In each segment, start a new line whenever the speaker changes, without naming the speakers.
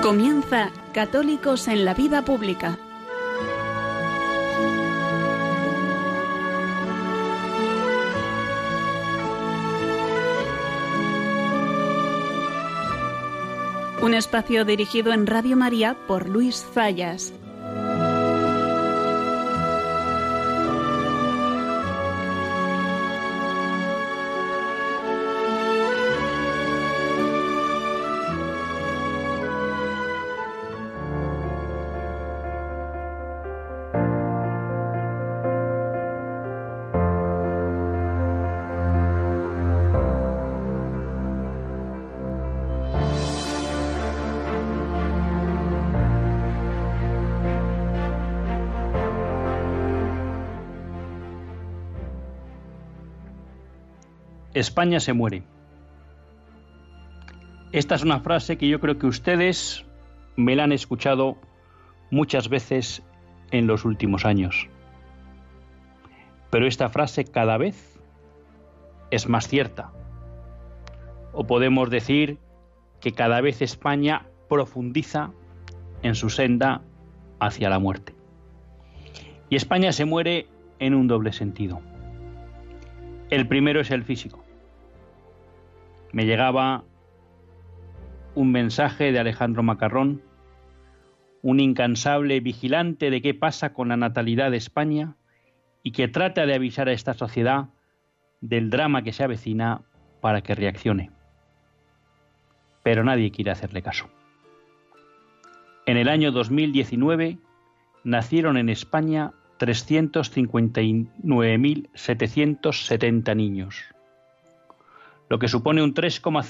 Comienza Católicos en la Vida Pública. Un espacio dirigido en Radio María por Luis Zayas.
España se muere. Esta es una frase que yo creo que ustedes me la han escuchado muchas veces en los últimos años. Pero esta frase cada vez es más cierta. O podemos decir que cada vez España profundiza en su senda hacia la muerte. Y España se muere en un doble sentido. El primero es el físico. Me llegaba un mensaje de Alejandro Macarrón, un incansable vigilante de qué pasa con la natalidad de España y que trata de avisar a esta sociedad del drama que se avecina para que reaccione. Pero nadie quiere hacerle caso. En el año 2019 nacieron en España 359.770 niños, lo que supone un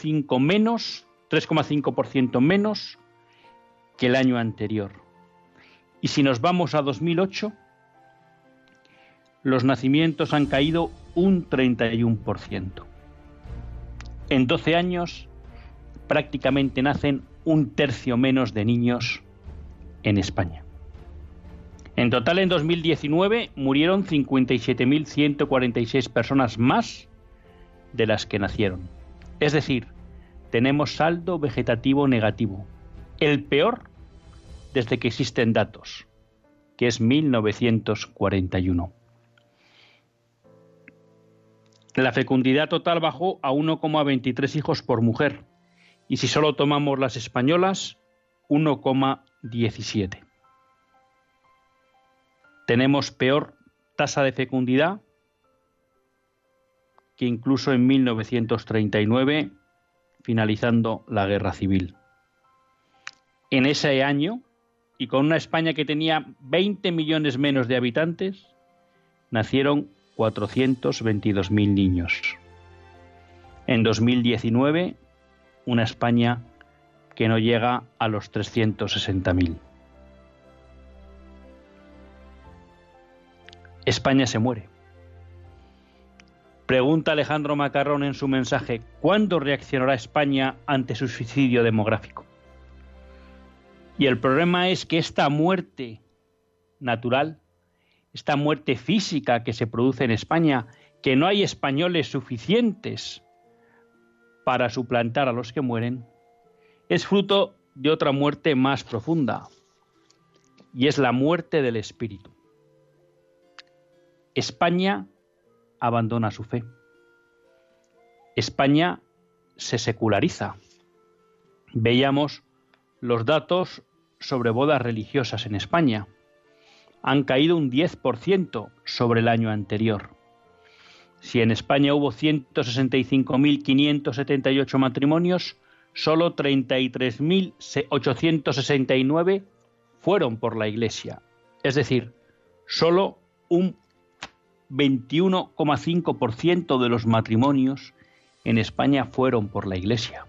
3,5% menos que el año anterior. Y si nos vamos a 2008, los nacimientos han caído un 31%. En 12 años, prácticamente nacen un tercio menos de niños en España. En total, en 2019 murieron 57.146 personas más de las que nacieron. Es decir, tenemos saldo vegetativo negativo, el peor desde que existen datos, que es 1941. La fecundidad total bajó a 1,23 hijos por mujer, y si solo tomamos las españolas, 1,17. Tenemos peor tasa de fecundidad que incluso en 1939, finalizando la Guerra Civil. En ese año, y con una España que tenía 20 millones menos de habitantes, nacieron 422.000 niños. En 2019, una España que no llega a los 360.000. España se muere. Pregunta Alejandro Macarrón en su mensaje: ¿cuándo reaccionará España ante su suicidio demográfico? Y el problema es que esta muerte natural, esta muerte física que se produce en España, que no hay españoles suficientes para suplantar a los que mueren, es fruto de otra muerte más profunda, y es la muerte del espíritu. España abandona su fe. España se seculariza. Veíamos los datos sobre bodas religiosas en España. Han caído un 10% sobre el año anterior. Si en España hubo 165.578 matrimonios, solo 33.869 fueron por la Iglesia. Es decir, solo un 21,5% de los matrimonios en España fueron por la Iglesia.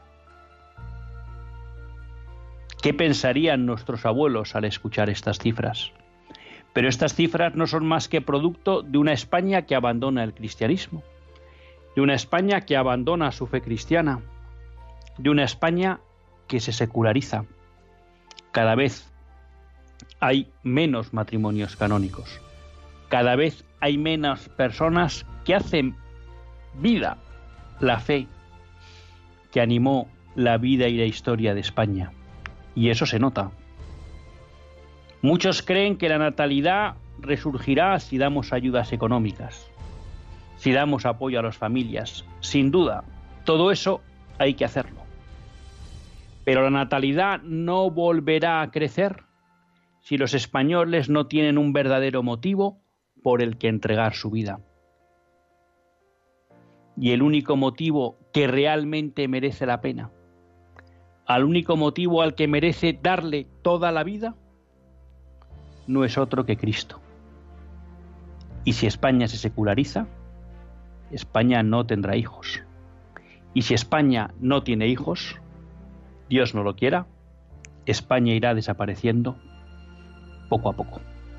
¿Qué pensarían nuestros abuelos al escuchar estas cifras? Pero estas cifras no son más que producto de una España que abandona el cristianismo, de una España que abandona su fe cristiana, de una España que se seculariza. Cada vez hay menos matrimonios canónicos. Cada vez hay menos personas que hacen vida la fe que animó la vida y la historia de España. Y eso se nota. Muchos creen que la natalidad resurgirá si damos ayudas económicas, si damos apoyo a las familias. Sin duda, todo eso hay que hacerlo. Pero la natalidad no volverá a crecer si los españoles no tienen un verdadero motivo por el que entregar su vida. Y el único motivo que realmente merece la pena, al único motivo al que merece darle toda la vida, no es otro que Cristo. Y si España se seculariza, España no tendrá hijos. Y si España no tiene hijos, Dios no lo quiera, España irá desapareciendo poco a poco.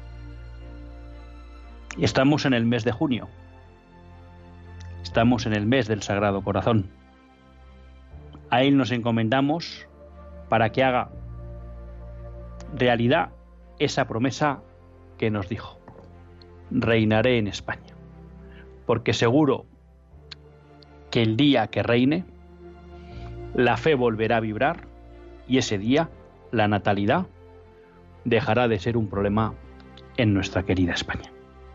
Estamos en el mes de junio. Estamos en el mes del Sagrado Corazón. A Él nos encomendamos para que haga realidad esa promesa que nos dijo: reinaré en España. Porque seguro que el día que reine, la fe volverá a vibrar y ese día la natalidad dejará de ser un problema en nuestra querida España.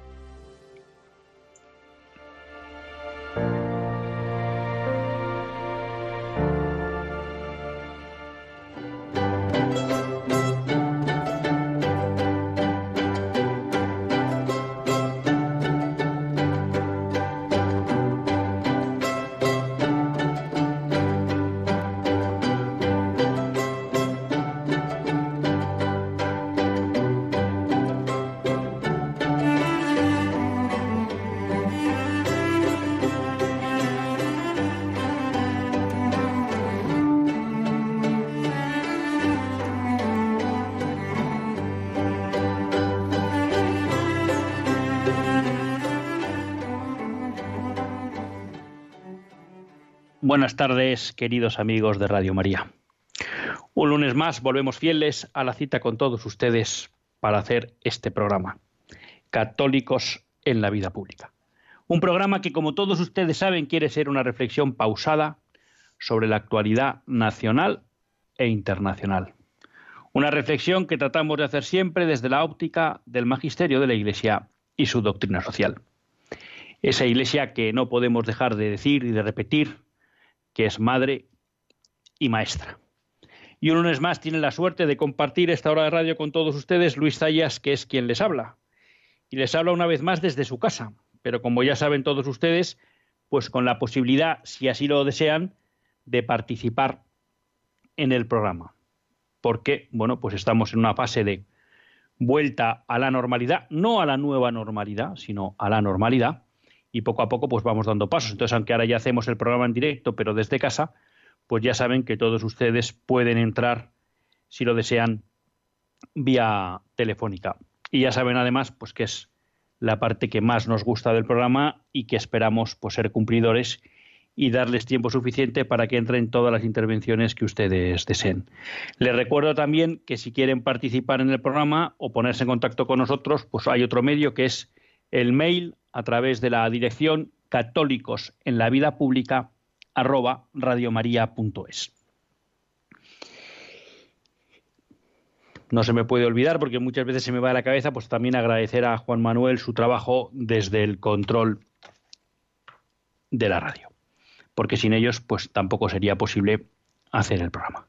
Buenas tardes, queridos amigos de Radio María. Un lunes más volvemos fieles a la cita con todos ustedes para hacer este programa, Católicos en la Vida Pública. Un programa que, como todos ustedes saben, quiere ser una reflexión pausada sobre la actualidad nacional e internacional. Una reflexión que tratamos de hacer siempre desde la óptica del magisterio de la Iglesia y su doctrina social. Esa Iglesia que no podemos dejar de decir y de repetir, que es madre y maestra. Y un lunes más tiene la suerte de compartir esta hora de radio con todos ustedes Luis Zayas, que es quien les habla. Y les habla una vez más desde su casa, pero como ya saben todos ustedes, pues con la posibilidad, si así lo desean, de participar en el programa. Porque, bueno, pues estamos en una fase de vuelta a la normalidad, no a la nueva normalidad, sino a la normalidad, y poco a poco pues vamos dando pasos. Entonces, aunque ahora ya hacemos el programa en directo, pero desde casa, pues ya saben que todos ustedes pueden entrar, si lo desean, vía telefónica. Y ya saben además pues que es la parte que más nos gusta del programa y que esperamos pues ser cumplidores y darles tiempo suficiente para que entren todas las intervenciones que ustedes deseen. Les recuerdo también que si quieren participar en el programa o ponerse en contacto con nosotros, pues hay otro medio que es el mail a través de la dirección católicosenlavidapublica@radiomaria.es. No se me puede olvidar, porque muchas veces se me va de la cabeza, pues también agradecer a Juan Manuel su trabajo desde el control de la radio, porque sin ellos pues tampoco sería posible hacer el programa.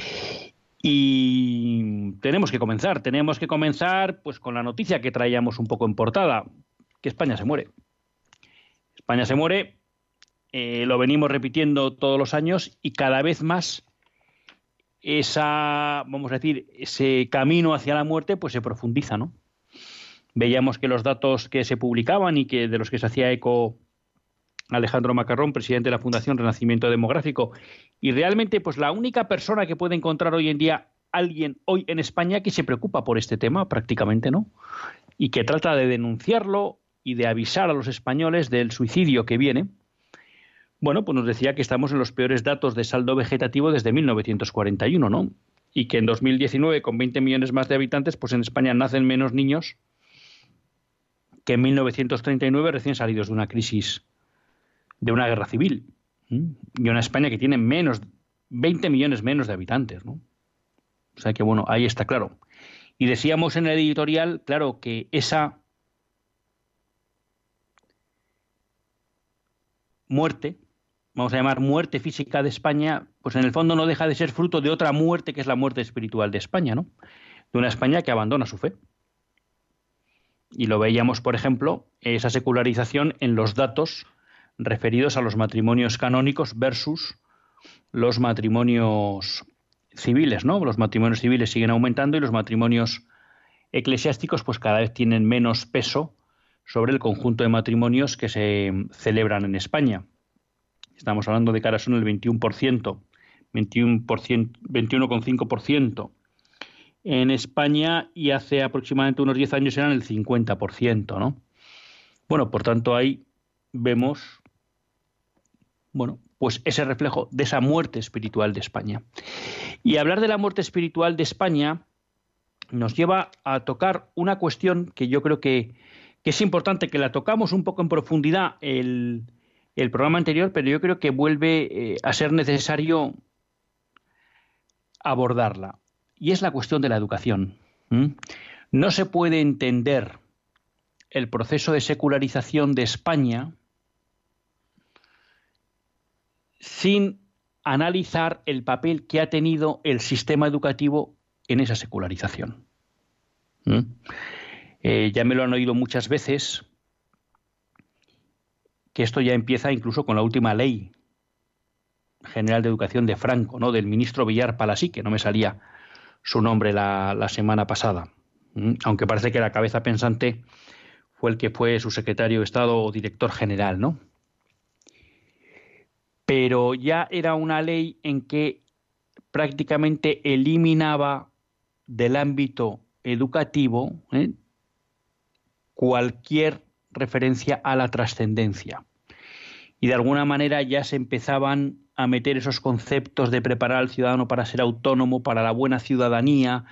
Y tenemos que comenzar pues con la noticia que traíamos un poco en portada, que España se muere. España se muere, lo venimos repitiendo todos los años y cada vez más ese camino hacia la muerte pues se profundiza, ¿no? Veíamos que los datos que se publicaban y que de los que se hacía eco Alejandro Macarrón, presidente de la Fundación Renacimiento Demográfico, y realmente pues la única persona que puede encontrar hoy en día alguien hoy en España que se preocupa por este tema, prácticamente, ¿no? Y que trata de denunciarlo y de avisar a los españoles del suicidio que viene. Bueno, pues nos decía que estamos en los peores datos de saldo vegetativo desde 1941, ¿no? Y que en 2019, con 20 millones más de habitantes, pues en España nacen menos niños que en 1939, recién salidos de una crisis, de una guerra civil. Y una España que tiene 20 millones menos de habitantes, ¿no? O sea que, bueno, ahí está claro. Y decíamos en el editorial, claro, que esa muerte, vamos a llamar muerte física de España, pues en el fondo no deja de ser fruto de otra muerte, que es la muerte espiritual de España, ¿no? De una España que abandona su fe. Y lo veíamos, por ejemplo, esa secularización en los datos referidos a los matrimonios canónicos versus los matrimonios civiles, ¿no? Los matrimonios civiles siguen aumentando y los matrimonios eclesiásticos pues cada vez tienen menos peso sobre el conjunto de matrimonios que se celebran en España. Estamos hablando de que ahora son el 21%, 21,5% en España, y hace aproximadamente unos 10 años eran el 50%, ¿no? Bueno, por tanto ahí vemos, bueno, pues ese reflejo de esa muerte espiritual de España. Y hablar de la muerte espiritual de España nos lleva a tocar una cuestión que yo creo que es importante, que la tocamos un poco en profundidad el programa anterior, pero yo creo que vuelve a ser necesario abordarla. Y es la cuestión de la educación. No se puede entender el proceso de secularización de España sin analizar el papel que ha tenido el sistema educativo en esa secularización. Ya me lo han oído muchas veces, que esto ya empieza incluso con la última ley general de educación de Franco, ¿no? Del ministro Villar Palasí, que no me salía su nombre la semana pasada, aunque parece que la cabeza pensante fue el que fue su secretario de Estado o director general, ¿no? Pero ya era una ley en que prácticamente eliminaba del ámbito educativo cualquier referencia a la trascendencia. Y de alguna manera ya se empezaban a meter esos conceptos de preparar al ciudadano para ser autónomo, para la buena ciudadanía,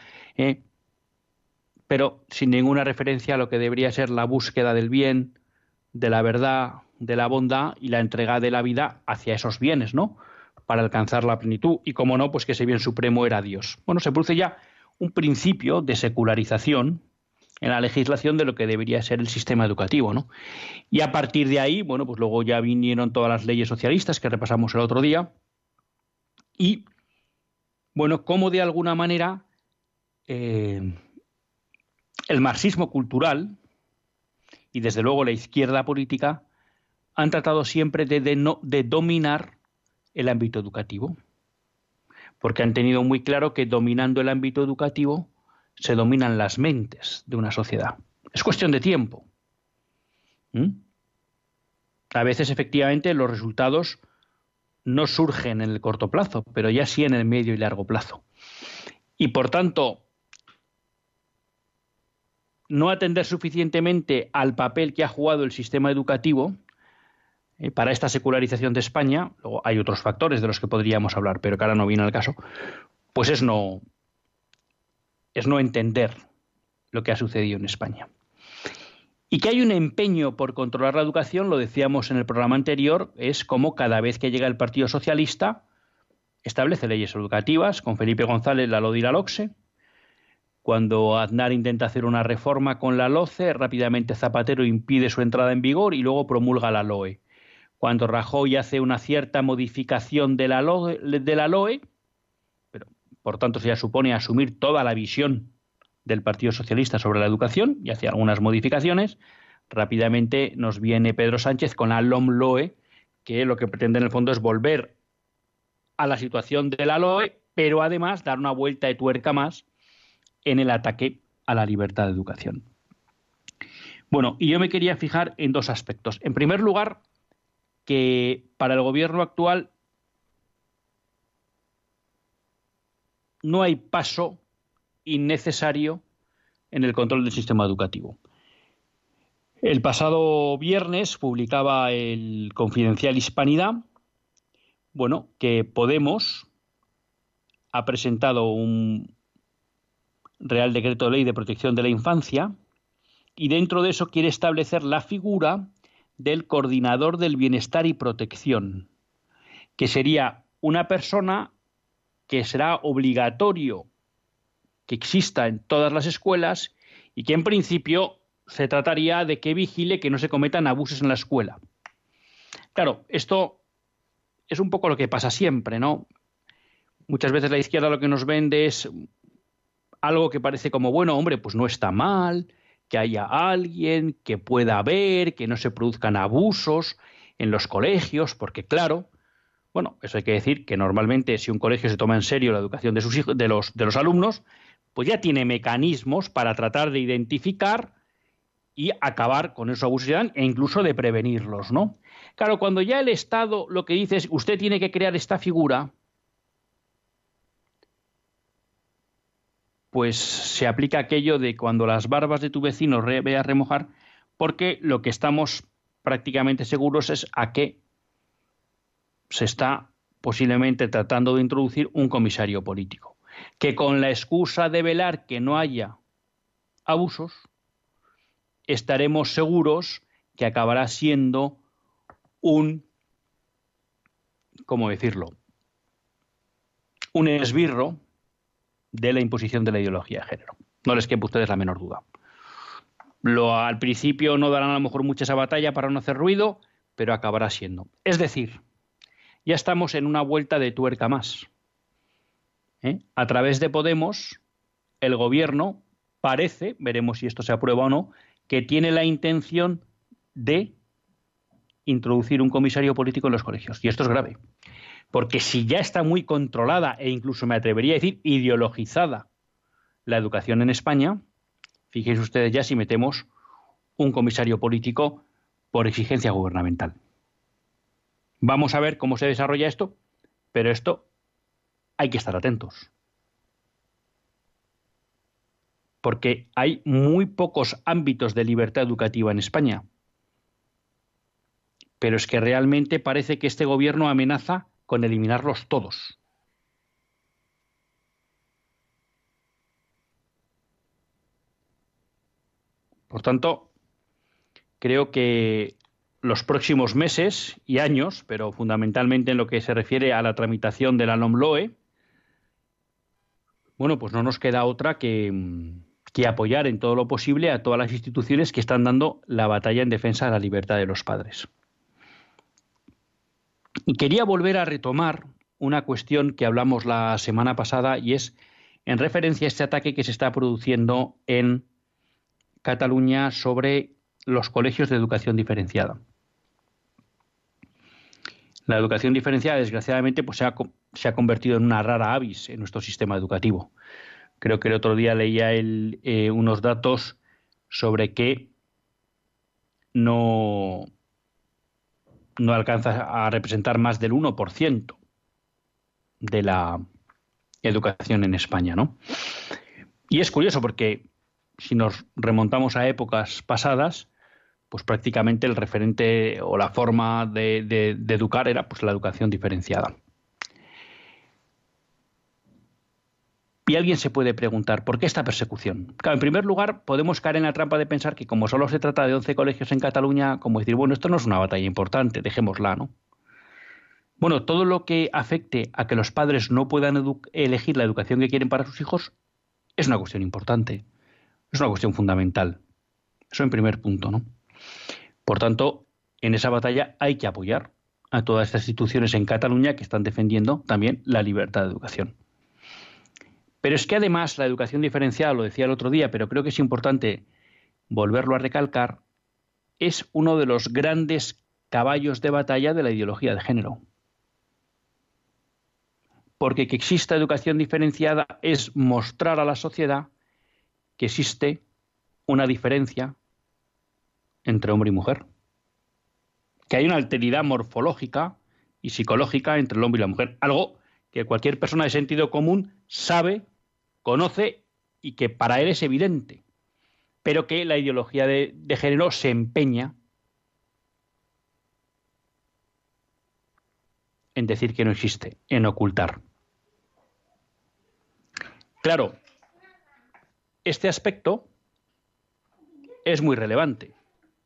pero sin ninguna referencia a lo que debería ser la búsqueda del bien, de la verdad, de la bondad y la entrega de la vida hacia esos bienes, ¿no? Para alcanzar la plenitud. Y como no, pues que ese bien supremo era Dios. Bueno, se produce ya un principio de secularización en la legislación de lo que debería ser el sistema educativo, ¿no? Y a partir de ahí, bueno, pues luego ya vinieron todas las leyes socialistas que repasamos el otro día. Y, bueno, cómo de alguna manera el marxismo cultural y desde luego la izquierda política han tratado siempre de dominar el ámbito educativo, porque han tenido muy claro que dominando el ámbito educativo se dominan las mentes de una sociedad. Es cuestión de tiempo. A veces, efectivamente, los resultados no surgen en el corto plazo, pero ya sí en el medio y largo plazo. Y, por tanto, no atender suficientemente al papel que ha jugado el sistema educativo para esta secularización de España, luego hay otros factores de los que podríamos hablar, pero que ahora no viene al caso, pues es no entender lo que ha sucedido en España. Y que hay un empeño por controlar la educación, lo decíamos en el programa anterior, es como cada vez que llega el Partido Socialista establece leyes educativas, con Felipe González la LODI y la LOCSE. Cuando Aznar intenta hacer una reforma con la LOCE, rápidamente Zapatero impide su entrada en vigor y luego promulga la LOE. Cuando Rajoy hace una cierta modificación de la LOE, pero por tanto se ya supone asumir toda la visión del Partido Socialista sobre la educación y hace algunas modificaciones, rápidamente nos viene Pedro Sánchez con la LOMLOE, que lo que pretende en el fondo es volver a la situación de la LOE, pero además dar una vuelta de tuerca más en el ataque a la libertad de educación. Bueno, y yo me quería fijar en dos aspectos. En primer lugar, que para el gobierno actual no hay paso innecesario en el control del sistema educativo. El pasado viernes publicaba el Confidencial Hispanidad, bueno, que Podemos ha presentado un Real Decreto de Ley de Protección de la Infancia y dentro de eso quiere establecer la figura del coordinador del bienestar y protección, que sería una persona que será obligatorio que exista en todas las escuelas y que en principio se trataría de que vigile que no se cometan abusos en la escuela. Claro, esto es un poco lo que pasa siempre, ¿no? Muchas veces la izquierda lo que nos vende es algo que parece como, bueno, hombre, pues no está mal que haya alguien, que pueda haber, que no se produzcan abusos en los colegios, porque claro, bueno, eso hay que decir que normalmente si un colegio se toma en serio la educación de sus hijos, de los alumnos, pues ya tiene mecanismos para tratar de identificar y acabar con esos abusos e incluso de prevenirlos, ¿no? Claro, cuando ya el Estado lo que dice es usted tiene que crear esta figura, pues se aplica aquello de cuando las barbas de tu vecino veas remojar, porque lo que estamos prácticamente seguros es a que se está posiblemente tratando de introducir un comisario político, que con la excusa de velar que no haya abusos, estaremos seguros que acabará siendo un, ¿cómo decirlo?, un esbirro de la imposición de la ideología de género. No les quepa a ustedes la menor duda. Al principio no darán a lo mejor mucha esa batalla para no hacer ruido, pero acabará siendo. Es decir, ya estamos en una vuelta de tuerca más. A través de Podemos, el gobierno parece, veremos si esto se aprueba o no, que tiene la intención de introducir un comisario político en los colegios. Y esto es grave. Porque si ya está muy controlada e incluso me atrevería a decir ideologizada la educación en España, fíjense ustedes ya si metemos un comisario político por exigencia gubernamental. Vamos a ver cómo se desarrolla esto, pero esto hay que estar atentos. Porque hay muy pocos ámbitos de libertad educativa en España. Pero es que realmente parece que este gobierno amenaza con eliminarlos todos. Por tanto, creo que los próximos meses y años, pero fundamentalmente en lo que se refiere a la tramitación de la LOMLOE, bueno, pues no nos queda otra que apoyar en todo lo posible a todas las instituciones que están dando la batalla en defensa de la libertad de los padres. Y quería volver a retomar una cuestión que hablamos la semana pasada y es en referencia a este ataque que se está produciendo en Cataluña sobre los colegios de educación diferenciada. La educación diferenciada, desgraciadamente, pues se ha convertido en una rara avis en nuestro sistema educativo. Creo que el otro día leía unos datos sobre que no alcanza a representar más del 1% de la educación en España, ¿no? Y es curioso porque si nos remontamos a épocas pasadas, pues prácticamente el referente o la forma de educar era pues la educación diferenciada. Y alguien se puede preguntar, ¿por qué esta persecución? Claro, en primer lugar, podemos caer en la trampa de pensar que como solo se trata de 11 colegios en Cataluña, como decir, bueno, esto no es una batalla importante, dejémosla, ¿no? Bueno, todo lo que afecte a que los padres no puedan elegir la educación que quieren para sus hijos es una cuestión importante, es una cuestión fundamental. Eso en primer punto, ¿no? Por tanto, en esa batalla hay que apoyar a todas estas instituciones en Cataluña que están defendiendo también la libertad de educación. Pero es que además la educación diferenciada, lo decía el otro día, pero creo que es importante volverlo a recalcar, es uno de los grandes caballos de batalla de la ideología de género. Porque que exista educación diferenciada es mostrar a la sociedad que existe una diferencia entre hombre y mujer. Que hay una alteridad morfológica y psicológica entre el hombre y la mujer. Algo que cualquier persona de sentido común sabe, conoce y que para él es evidente. Pero que la ideología de género se empeña en decir que no existe, en ocultar. Claro, este aspecto es muy relevante.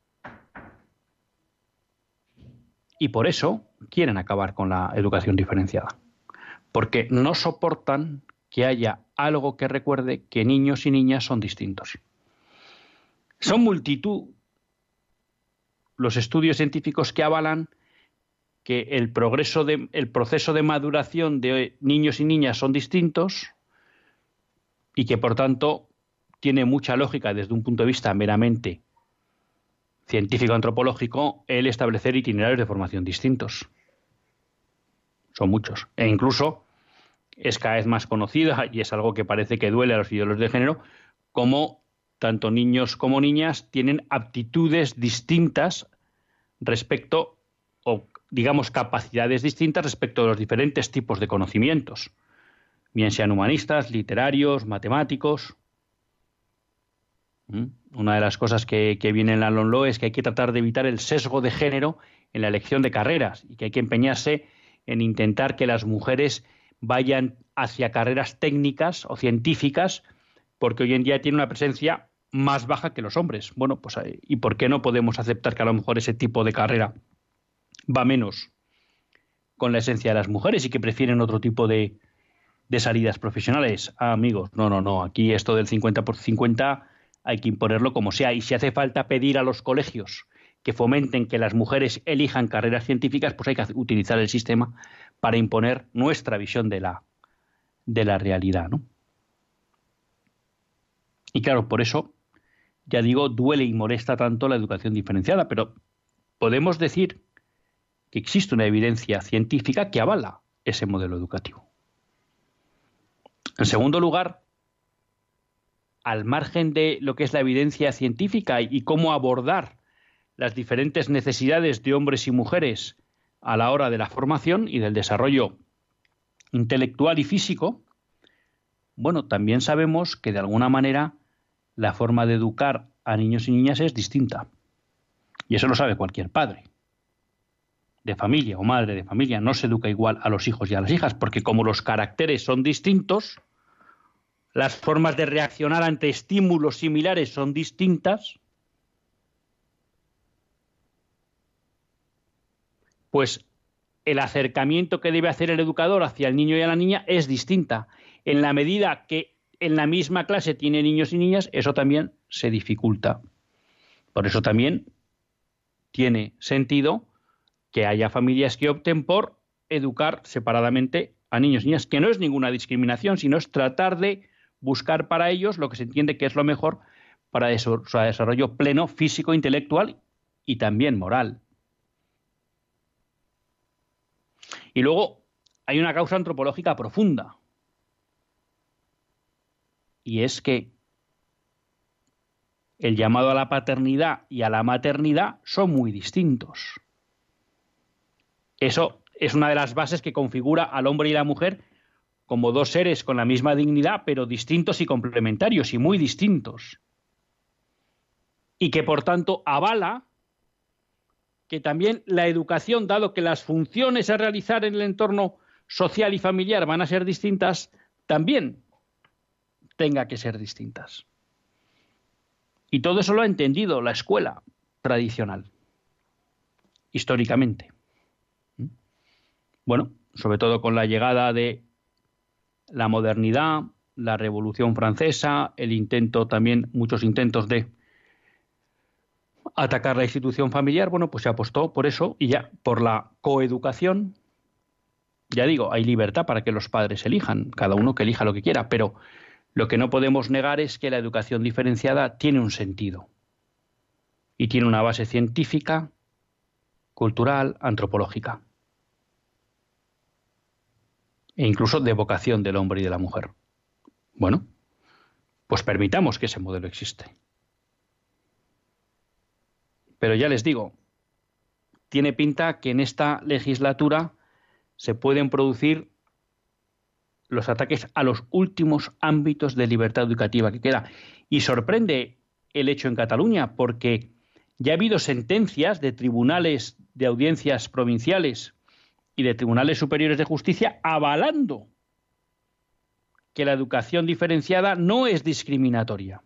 Y por eso quieren acabar con la educación diferenciada. Porque no soportan que haya algo que recuerde que niños y niñas son distintos. Son multitud los estudios científicos que avalan que el proceso de maduración de niños y niñas son distintos y que, por tanto, tiene mucha lógica desde un punto de vista meramente científico-antropológico el establecer itinerarios de formación distintos. Son muchos. E incluso es cada vez más conocida, y es algo que parece que duele a los ideólogos de género, como tanto niños como niñas tienen aptitudes distintas respecto, o digamos capacidades distintas respecto de los diferentes tipos de conocimientos, bien sean humanistas, literarios, matemáticos. Una de las cosas que viene en la LOMLOE es que hay que tratar de evitar el sesgo de género en la elección de carreras y que hay que empeñarse en intentar que las mujeres vayan hacia carreras técnicas o científicas, porque hoy en día tiene una presencia más baja que los hombres. Bueno, pues ¿y por qué no podemos aceptar que a lo mejor ese tipo de carrera va menos con la esencia de las mujeres y que prefieren otro tipo de salidas profesionales? Amigos, no, aquí esto del 50 por 50 hay que imponerlo como sea, y si hace falta pedir a los colegios que fomenten que las mujeres elijan carreras científicas, pues hay que utilizar el sistema para imponer nuestra visión de la realidad, ¿no? Y claro, por eso, ya digo, duele y molesta tanto la educación diferenciada, pero podemos decir que existe una evidencia científica que avala ese modelo educativo. En segundo lugar, al margen de lo que es la evidencia científica y cómo abordar las diferentes necesidades de hombres y mujeres a la hora de la formación y del desarrollo intelectual y físico, bueno, también sabemos que de alguna manera la forma de educar a niños y niñas es distinta. Y eso lo sabe cualquier padre de familia o madre de familia. No se educa igual a los hijos y a las hijas, porque como los caracteres son distintos, las formas de reaccionar ante estímulos similares son distintas, pues el acercamiento que debe hacer el educador hacia el niño y a la niña es distinta. En la medida que en la misma clase tiene niños y niñas, eso también se dificulta. Por eso también tiene sentido que haya familias que opten por educar separadamente a niños y niñas, que no es ninguna discriminación, sino es tratar de buscar para ellos lo que se entiende que es lo mejor para su desarrollo pleno, físico, intelectual y también moral. Y luego hay una causa antropológica profunda, y es que el llamado a la paternidad y a la maternidad son muy distintos. Eso es una de las bases que configura al hombre y la mujer como dos seres con la misma dignidad, pero distintos y complementarios y muy distintos. Y que, por tanto, avala que también la educación, dado que las funciones a realizar en el entorno social y familiar van a ser distintas, también tenga que ser distintas. Y todo eso lo ha entendido la escuela tradicional, históricamente. Bueno, sobre todo con la llegada de la modernidad, la Revolución Francesa, muchos intentos de atacar la institución familiar, bueno, pues se apostó por eso y ya por la coeducación. Ya digo, hay libertad para que los padres elijan, cada uno que elija lo que quiera, pero lo que no podemos negar es que la educación diferenciada tiene un sentido y tiene una base científica, cultural, antropológica e incluso de vocación del hombre y de la mujer. Bueno, pues permitamos que ese modelo existe. Pero ya les digo, tiene pinta que en esta legislatura se pueden producir los ataques a los últimos ámbitos de libertad educativa que queda. Y sorprende el hecho en Cataluña, porque ya ha habido sentencias de tribunales de audiencias provinciales y de tribunales superiores de justicia avalando que la educación diferenciada no es discriminatoria.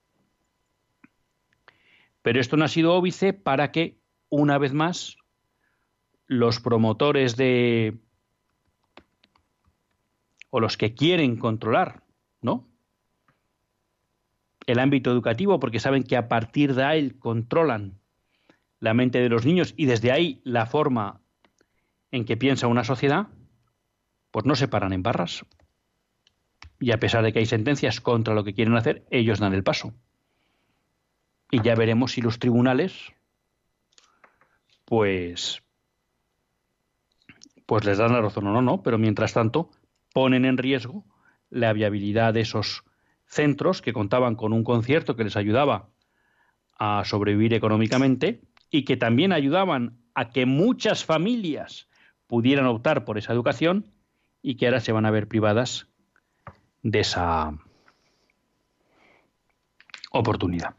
Pero esto no ha sido óbice para que, una vez más, los promotores o los que quieren controlar ¿no? El ámbito educativo, porque saben que a partir de ahí controlan la mente de los niños y desde ahí la forma en que piensa una sociedad, pues no se paran en barras. Y a pesar de que hay sentencias contra lo que quieren hacer, ellos dan el paso. Y ya veremos si los tribunales pues les dan la razón o no, pero mientras tanto ponen en riesgo la viabilidad de esos centros que contaban con un concierto que les ayudaba a sobrevivir económicamente y que también ayudaban a que muchas familias pudieran optar por esa educación y que ahora se van a ver privadas de esa oportunidad.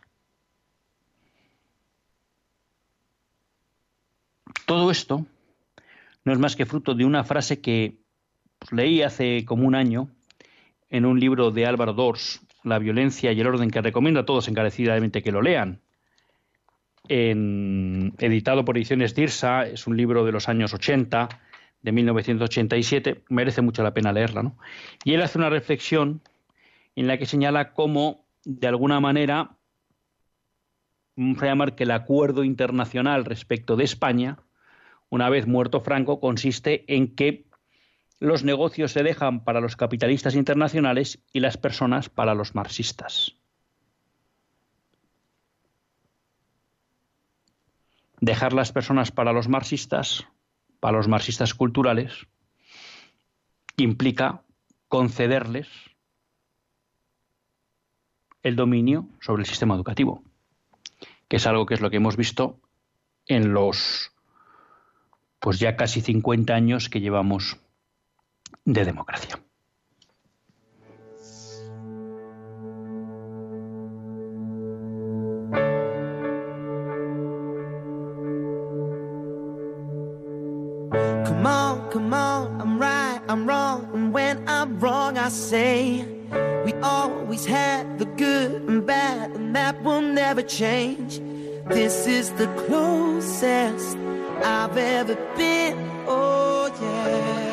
Todo esto no es más que fruto de una frase que leí hace como un año en un libro de Álvaro Dors, La violencia y el orden, que recomiendo a todos encarecidamente que lo lean. Editado por Ediciones Dirsa, es un libro de los años 80, de 1987, merece mucho la pena leerla, ¿no? Y él hace una reflexión en la que señala cómo, de alguna manera, vamos a llamar que el acuerdo internacional respecto de España, una vez muerto Franco, consiste en que los negocios se dejan para los capitalistas internacionales y las personas para los marxistas. Dejar las personas para los marxistas culturales, implica concederles el dominio sobre el sistema educativo, que es algo que es lo que hemos visto en los pues ya casi 50 años que llevamos de democracia.
Come on, I'm right, I'm wrong, and when I'm wrong I say we always had the good and bad, and that will never change. This is the closest I've ever been, oh yeah.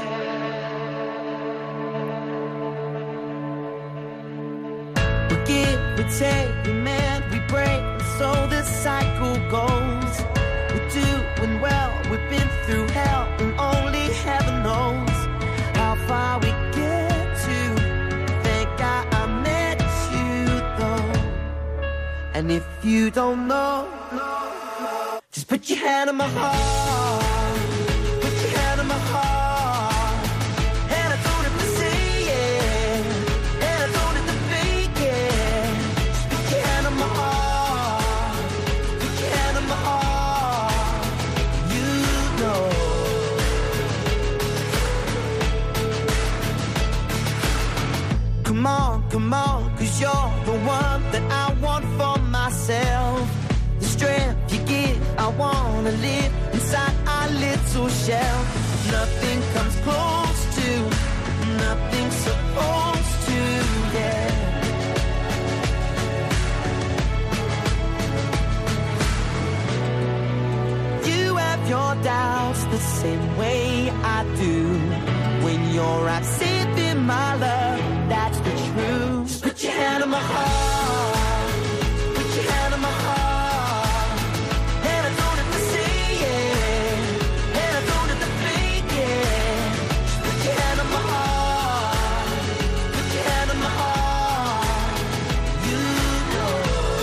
We give, we take, we mend, we break, and so the cycle goes. We're doing well, we've been through hell, and only heaven knows how far we get to. Thank God I met you though. And if you don't know, just put your hand on my heart, put your hand on my heart, and I don't have to say it, and I don't have to fake it. Just put your hand on my heart, put your hand on my heart, you know. Come on, 'cause you're the one that I want for myself. The strength you give, I wanna live inside our little shell. Nothing comes close to, nothing's supposed to, yeah. You have your doubts the same way I do. When you're absent in my love, that's the truth. Just put your hand on my heart, put your hand on my heart, and I don't have to say it, and I don't have to fake it. Just put your hand on my heart, put your hand on my heart, you know.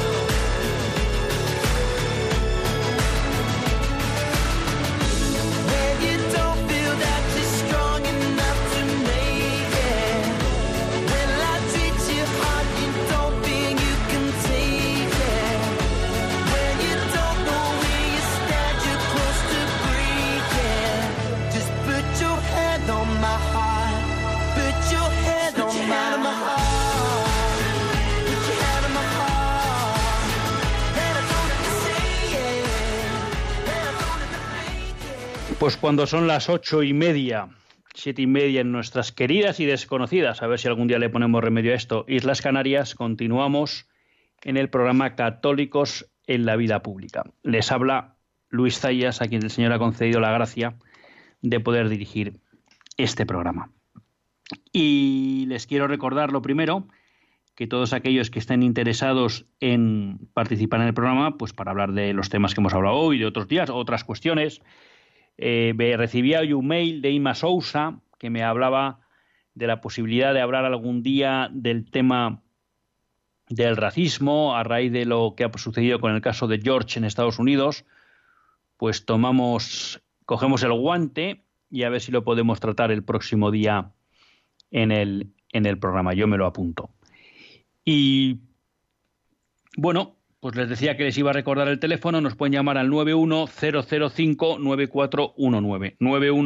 When you don't feel that you're strong enough to make it, when life treats you hard, you don't think you can take it. When you don't know where you stand, you're close to breaking. Just put your hand on my heart, put your hand on my heart, put your hand on my heart, and I don't have to say it, and I don't have to fake it.
Pues cuando son las 8:30, 7:30 en nuestras queridas y desconocidas, a ver si algún día le ponemos remedio a esto, Islas Canarias, continuamos en el programa Católicos en la Vida Pública. Les habla Luis Zayas, a quien el Señor ha concedido la gracia de poder dirigir este programa. Y les quiero recordar lo primero, que todos aquellos que estén interesados en participar en el programa, pues para hablar de los temas que hemos hablado hoy, de otros días, otras cuestiones, recibía hoy un mail de Ima Sousa que me hablaba de la posibilidad de hablar algún día del tema del racismo a raíz de lo que ha sucedido con el caso de George en Estados Unidos. Pues cogemos el guante y a ver si lo podemos tratar el próximo día en el programa. Yo me lo apunto. Y bueno, pues les decía que les iba a recordar el teléfono. Nos pueden llamar al 91005-9419.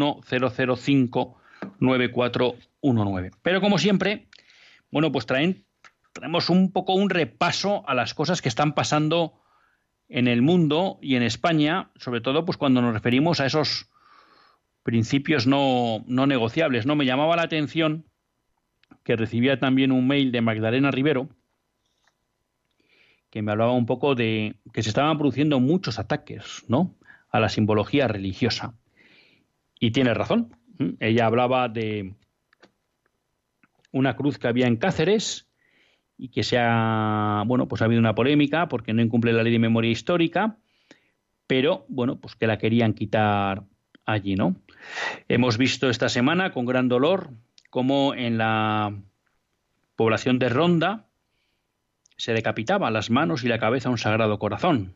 91005-9419. Pero como siempre, bueno, pues traemos un poco un repaso a las cosas que están pasando en el mundo y en España, sobre todo pues cuando nos referimos a esos principios no negociables, ¿no? Me llamaba la atención que recibía también un mail de Magdalena Rivero, que me hablaba un poco de que se estaban produciendo muchos ataques, ¿no?, a la simbología religiosa. Y tiene razón. Ella hablaba de una cruz que había en Cáceres y que ha habido una polémica porque no incumple la ley de memoria histórica, pero bueno, pues que la querían quitar allí, ¿no? Hemos visto esta semana con gran dolor cómo en la población de Ronda se decapitaba las manos y la cabeza a un Sagrado Corazón.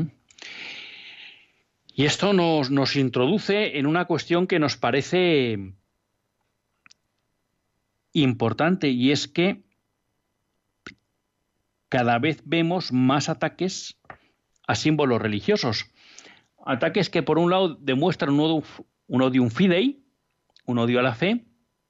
Y esto nos introduce en una cuestión que nos parece importante, y es que cada vez vemos más ataques a símbolos religiosos. Ataques que por un lado demuestran un odium fidei, un odio a la fe,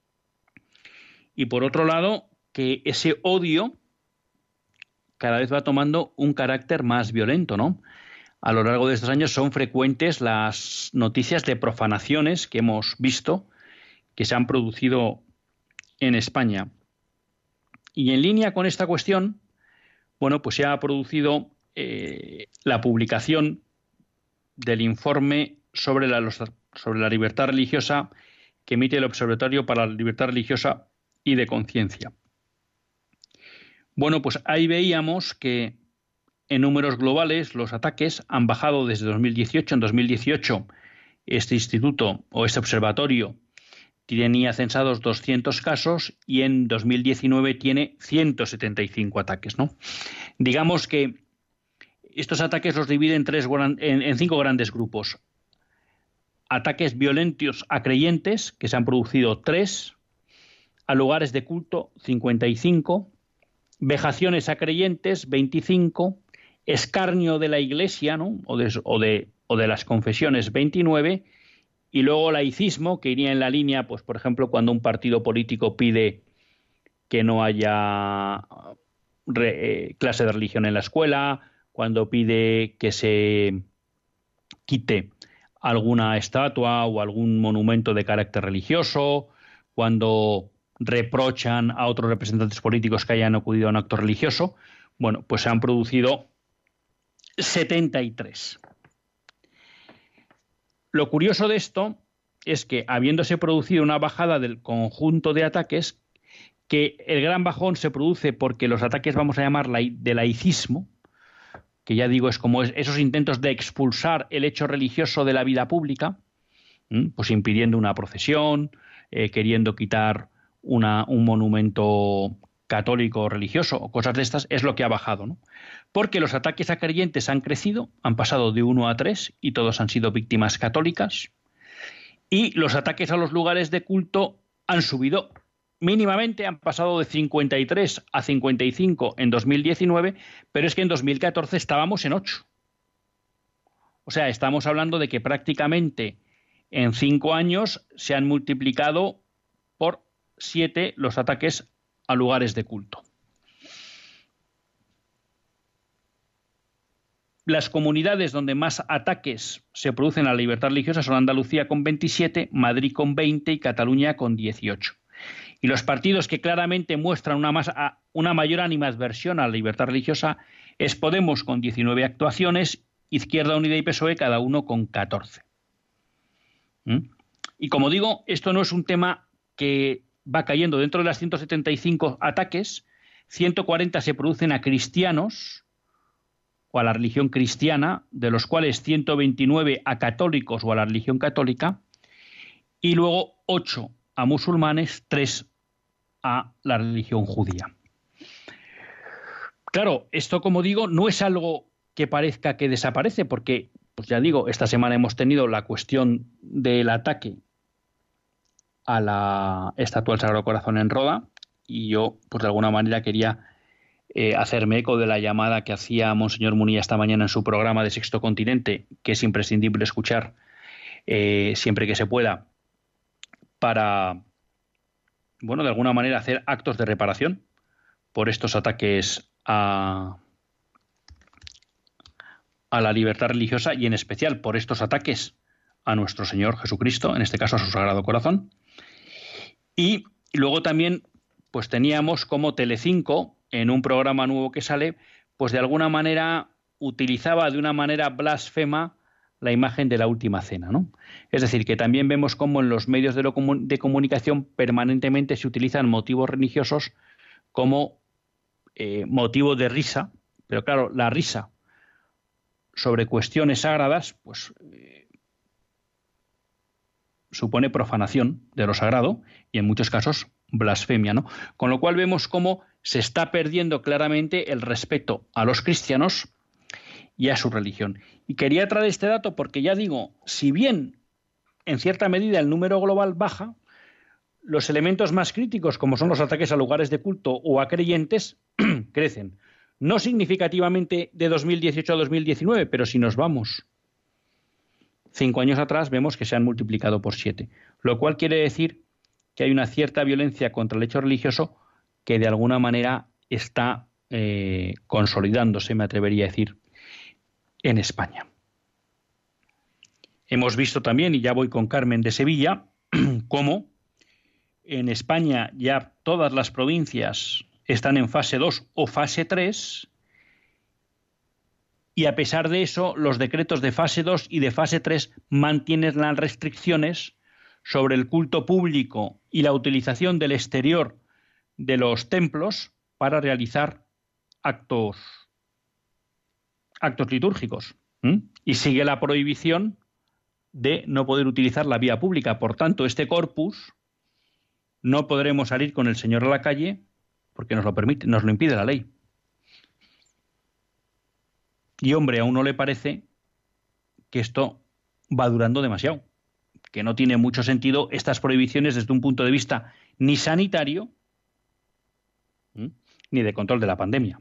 y por otro lado que ese odio cada vez va tomando un carácter más violento, ¿no? A lo largo de estos años son frecuentes las noticias de profanaciones que hemos visto que se han producido en España. Y en línea con esta cuestión, bueno, pues se ha producido la publicación del informe sobre la libertad religiosa que emite el Observatorio para la Libertad Religiosa y de Conciencia. Bueno, pues ahí veíamos que en números globales los ataques han bajado desde 2018. En 2018 este instituto o este observatorio tenía censados 200 casos y en 2019 tiene 175 ataques, ¿no? Digamos que estos ataques los dividen en 5 grandes grupos. Ataques violentos a creyentes, que se han producido 3, a lugares de culto 55, vejaciones a creyentes 25, escarnio de la Iglesia, ¿no?, o de las confesiones 29, y luego laicismo, que iría en la línea, pues por ejemplo, cuando un partido político pide que no haya clase de religión en la escuela, cuando pide que se quite alguna estatua o algún monumento de carácter religioso, cuando reprochan a otros representantes políticos que hayan acudido a un acto religioso. Bueno, pues se han producido 73. Lo curioso de esto es que, habiéndose producido una bajada del conjunto de ataques, que el gran bajón se produce porque los ataques, vamos a llamar de laicismo, que ya digo es como esos intentos de expulsar el hecho religioso de la vida pública, pues impidiendo una procesión, queriendo quitar un monumento católico o religioso o cosas de estas, es lo que ha bajado, ¿no? Porque los ataques a creyentes han crecido, han pasado de 1 a 3 y todos han sido víctimas católicas, y los ataques a los lugares de culto han subido mínimamente, han pasado de 53 a 55 en 2019, pero es que en 2014 estábamos en 8. O sea, estamos hablando de que prácticamente en 5 años se han multiplicado por 7 los ataques a lugares de culto. Las comunidades donde más ataques se producen a la libertad religiosa son Andalucía con 27, Madrid con 20 y Cataluña con 18. Y los partidos que claramente muestran una mayor animadversión a la libertad religiosa es Podemos con 19 actuaciones, Izquierda Unida y PSOE cada uno con 14. Y como digo, esto no es un tema que va cayendo. Dentro de las 175 ataques, 140 se producen a cristianos o a la religión cristiana, de los cuales 129 a católicos o a la religión católica, y luego 8 a musulmanes, 3 a la religión judía. Claro, esto, como digo, no es algo que parezca que desaparece, porque, pues ya digo, esta semana hemos tenido la cuestión del ataque a la estatua del Sagrado Corazón en Roda, y yo, pues de alguna manera quería hacerme eco de la llamada que hacía Monseñor Munilla esta mañana en su programa de Sexto Continente, que es imprescindible escuchar siempre que se pueda, para, bueno, de alguna manera hacer actos de reparación por estos ataques a la libertad religiosa, y en especial por estos ataques a nuestro Señor Jesucristo, en este caso a su Sagrado Corazón. Y luego también pues teníamos como Telecinco, en un programa nuevo que sale, pues de alguna manera utilizaba de una manera blasfema la imagen de la Última Cena, ¿no? Es decir, que también vemos cómo en los medios de comunicación permanentemente se utilizan motivos religiosos como motivo de risa, pero claro, la risa sobre cuestiones sagradas, pues supone profanación de lo sagrado y en muchos casos blasfemia, ¿no? Con lo cual vemos cómo se está perdiendo claramente el respeto a los cristianos y a su religión. Y quería traer este dato porque, ya digo, si bien en cierta medida el número global baja, los elementos más críticos, como son los ataques a lugares de culto o a creyentes, crecen. No significativamente de 2018 a 2019, pero si nos vamos 5 años atrás, vemos que se han multiplicado por 7, lo cual quiere decir que hay una cierta violencia contra el hecho religioso que de alguna manera está consolidándose, me atrevería a decir, en España. Hemos visto también, y ya voy con Carmen de Sevilla, cómo en España ya todas las provincias están en fase 2 o fase 3, y a pesar de eso, los decretos de fase 2 y de fase 3 mantienen las restricciones sobre el culto público y la utilización del exterior de los templos para realizar actos litúrgicos. Y sigue la prohibición de no poder utilizar la vía pública. Por tanto, este corpus no podremos salir con el Señor a la calle porque nos lo impide la ley. Y hombre, a uno le parece que esto va durando demasiado, que no tiene mucho sentido estas prohibiciones desde un punto de vista ni sanitario ni de control de la pandemia.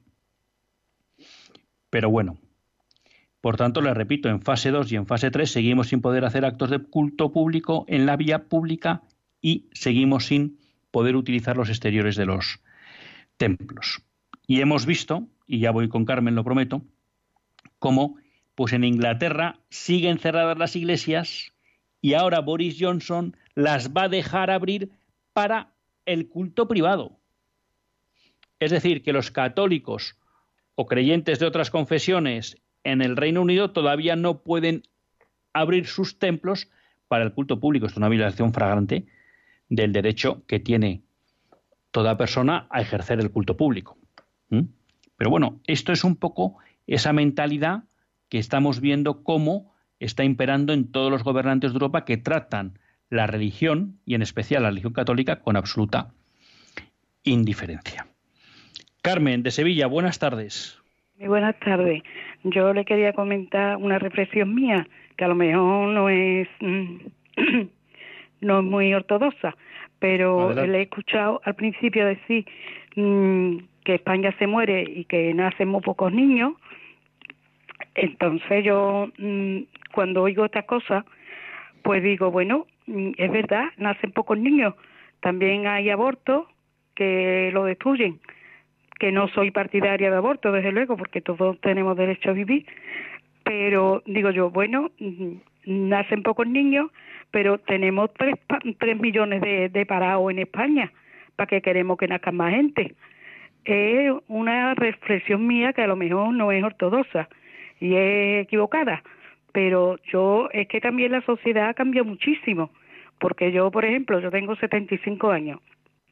Pero bueno, por tanto, les repito, en fase 2 y en fase 3 seguimos sin poder hacer actos de culto público en la vía pública y seguimos sin poder utilizar los exteriores de los templos. Y hemos visto, y ya voy con Carmen, lo prometo, cómo pues en Inglaterra siguen cerradas las iglesias y ahora Boris Johnson las va a dejar abrir para el culto privado. Es decir, que los católicos o creyentes de otras confesiones en el Reino Unido todavía no pueden abrir sus templos para el culto público. Esto es una violación flagrante del derecho que tiene toda persona a ejercer el culto público. Pero bueno, esto es un poco esa mentalidad que estamos viendo cómo está imperando en todos los gobernantes de Europa, que tratan la religión, y en especial la religión católica, con absoluta indiferencia. Carmen, de Sevilla, buenas tardes.
Muy buenas tardes. Yo le quería comentar una reflexión mía, que a lo mejor no es muy ortodoxa, pero
Adelante.
le he escuchado al principio decir que España se muere y que nacen muy pocos niños. Entonces yo, cuando oigo estas cosas, pues digo, bueno, es verdad, nacen pocos niños. También hay abortos que lo destruyen. Que no soy partidaria de aborto, desde luego, porque todos tenemos derecho a vivir, pero digo yo, bueno, nacen pocos niños, pero tenemos 3 millones de parados en España, ¿para qué queremos que nazcan más gente? Es una reflexión mía que a lo mejor no es ortodoxa y es equivocada, pero es que también la sociedad ha cambiado muchísimo, porque yo, por ejemplo, yo tengo 75 años,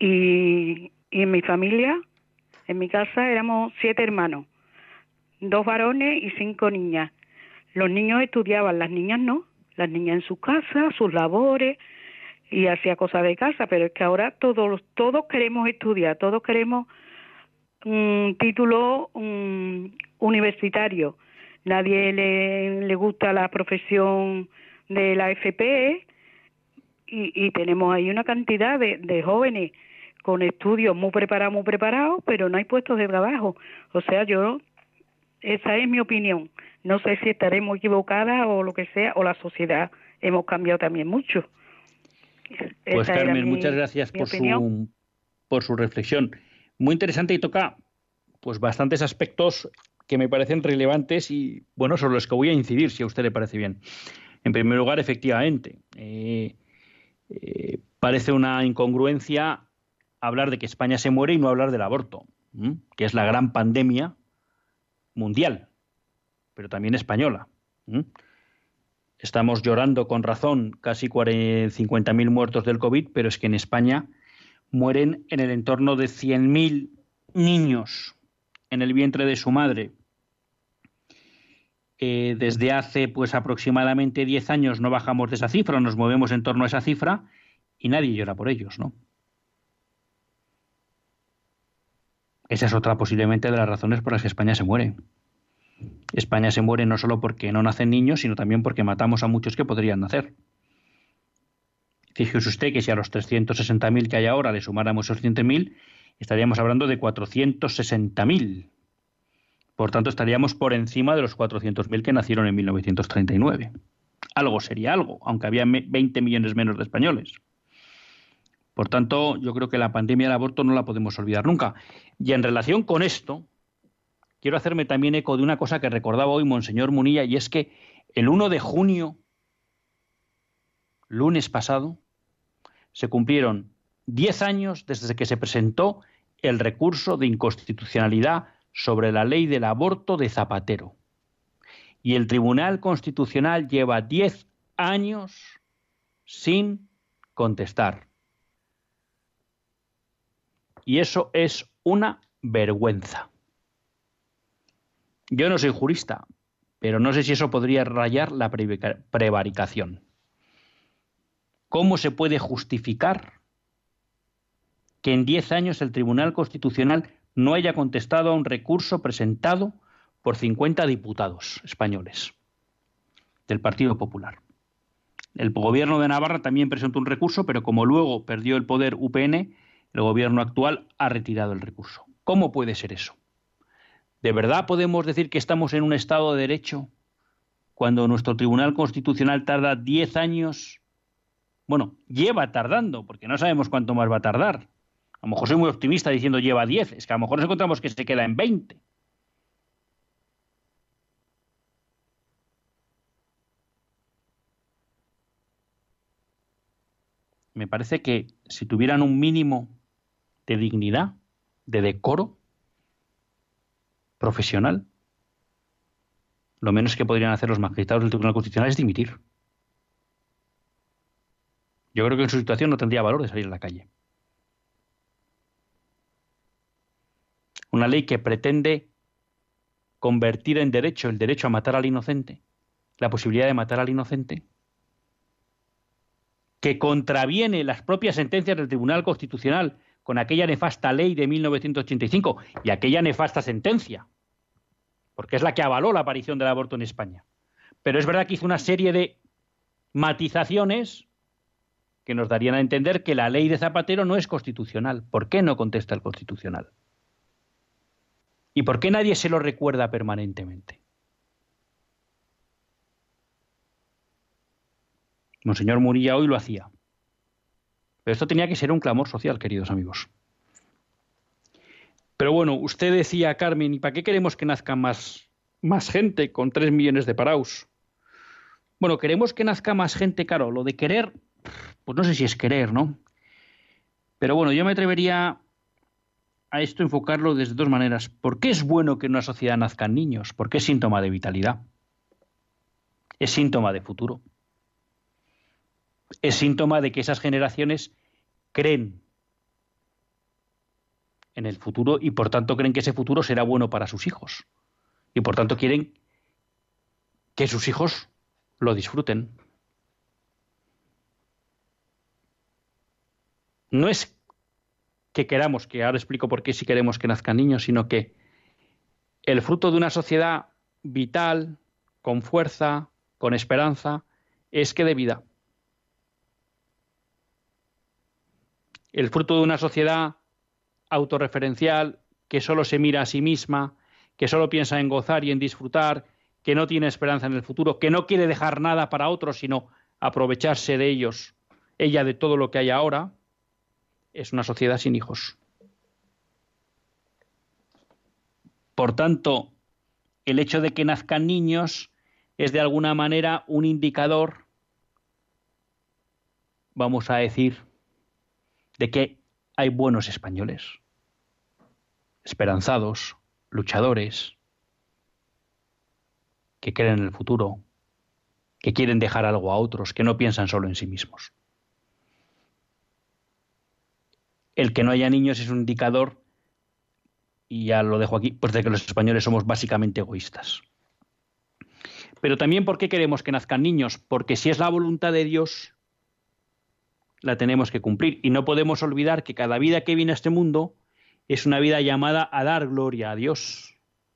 Y en mi familia, en mi casa, éramos 7 hermanos, 2 varones y 5 niñas. Los niños estudiaban, las niñas no. Las niñas en sus casas, sus labores, y hacía cosas de casa, pero es que ahora todos queremos estudiar, todos queremos un título universitario. Nadie le gusta la profesión de la FP, y tenemos ahí una cantidad de jóvenes con estudios muy preparados, pero no hay puestos de trabajo. O sea, esa es mi opinión. No sé si estaré muy equivocada o lo que sea, o la sociedad hemos cambiado también mucho.
Pues Carmen, muchas gracias por su reflexión. Muy interesante, y toca pues bastantes aspectos que me parecen relevantes y, bueno, sobre los que voy a incidir, si a usted le parece bien. En primer lugar, efectivamente, parece una incongruencia hablar de que España se muere y no hablar del aborto, que es la gran pandemia mundial, pero también española. Estamos llorando con razón casi 50.000 muertos del COVID, pero es que en España mueren en el entorno de 100.000 niños en el vientre de su madre. Desde hace pues aproximadamente 10 años no bajamos de esa cifra, nos movemos en torno a esa cifra y nadie llora por ellos, ¿no? Esa es otra posiblemente de las razones por las que España se muere. España se muere no solo porque no nacen niños, sino también porque matamos a muchos que podrían nacer. Fíjese usted que si a los 360.000 que hay ahora le sumáramos esos 100.000, estaríamos hablando de 460.000. Por tanto, estaríamos por encima de los 400.000 que nacieron en 1939. Algo sería algo, aunque había 20 millones menos de españoles. Por tanto, yo creo que la pandemia del aborto no la podemos olvidar nunca. Y en relación con esto, quiero hacerme también eco de una cosa que recordaba hoy Monseñor Munilla, y es que el 1 de junio, lunes pasado, se cumplieron 10 años desde que se presentó el recurso de inconstitucionalidad sobre la ley del aborto de Zapatero. Y el Tribunal Constitucional lleva 10 años sin contestar. Y eso es una vergüenza. Yo no soy jurista, pero no sé si eso podría rayar la prevaricación. ¿Cómo se puede justificar que en 10 años el Tribunal Constitucional no haya contestado a un recurso presentado por 50 diputados españoles del Partido Popular? El gobierno de Navarra también presentó un recurso, pero como luego perdió el poder UPN, el gobierno actual ha retirado el recurso. ¿Cómo puede ser eso? ¿De verdad podemos decir que estamos en un Estado de Derecho cuando nuestro Tribunal Constitucional tarda 10 años? Bueno, lleva tardando, porque no sabemos cuánto más va a tardar. A lo mejor soy muy optimista diciendo lleva 10, es que a lo mejor nos encontramos que se queda en 20. Me parece que si tuvieran un mínimo de dignidad, de decoro profesional, lo menos que podrían hacer los magistrados del Tribunal Constitucional es dimitir. Yo creo que en su situación no tendría valor de salir a la calle. Una ley que pretende convertir en derecho el derecho a matar al inocente, la posibilidad de matar al inocente, que contraviene las propias sentencias del Tribunal Constitucional con aquella nefasta ley de 1985 y aquella nefasta sentencia, porque es la que avaló la aparición del aborto en España. Pero es verdad que hizo una serie de matizaciones que nos darían a entender que la ley de Zapatero no es constitucional. ¿Por qué no contesta el Constitucional? ¿Y por qué nadie se lo recuerda permanentemente? Monseñor Munilla hoy lo hacía. Pero esto tenía que ser un clamor social, queridos amigos. Pero bueno, usted decía, Carmen, ¿y para qué queremos que nazca más gente con 3 millones de paraos? Bueno, queremos que nazca más gente, claro, lo de querer, pues no sé si es querer, ¿no? Pero bueno, yo me atrevería a esto enfocarlo desde 2 maneras. ¿Por qué es bueno que en una sociedad nazcan niños? Porque es síntoma de vitalidad. Es síntoma de futuro. Es síntoma de que esas generaciones creen en el futuro y por tanto creen que ese futuro será bueno para sus hijos. Y por tanto quieren que sus hijos lo disfruten. No es que queramos, que ahora explico por qué si queremos que nazcan niños, sino que el fruto de una sociedad vital, con fuerza, con esperanza, es que dé vida. El fruto de una sociedad autorreferencial, que solo se mira a sí misma, que solo piensa en gozar y en disfrutar, que no tiene esperanza en el futuro, que no quiere dejar nada para otros, sino aprovecharse de ellos, ella de todo lo que hay ahora, es una sociedad sin hijos. Por tanto, el hecho de que nazcan niños es de alguna manera un indicador, vamos a decir, de que hay buenos españoles, esperanzados, luchadores, que creen en el futuro, que quieren dejar algo a otros, que no piensan solo en sí mismos. El que no haya niños es un indicador, y ya lo dejo aquí, pues de que los españoles somos básicamente egoístas. Pero también, ¿por qué queremos que nazcan niños? Porque si es la voluntad de Dios, la tenemos que cumplir. Y no podemos olvidar que cada vida que viene a este mundo es una vida llamada a dar gloria a Dios.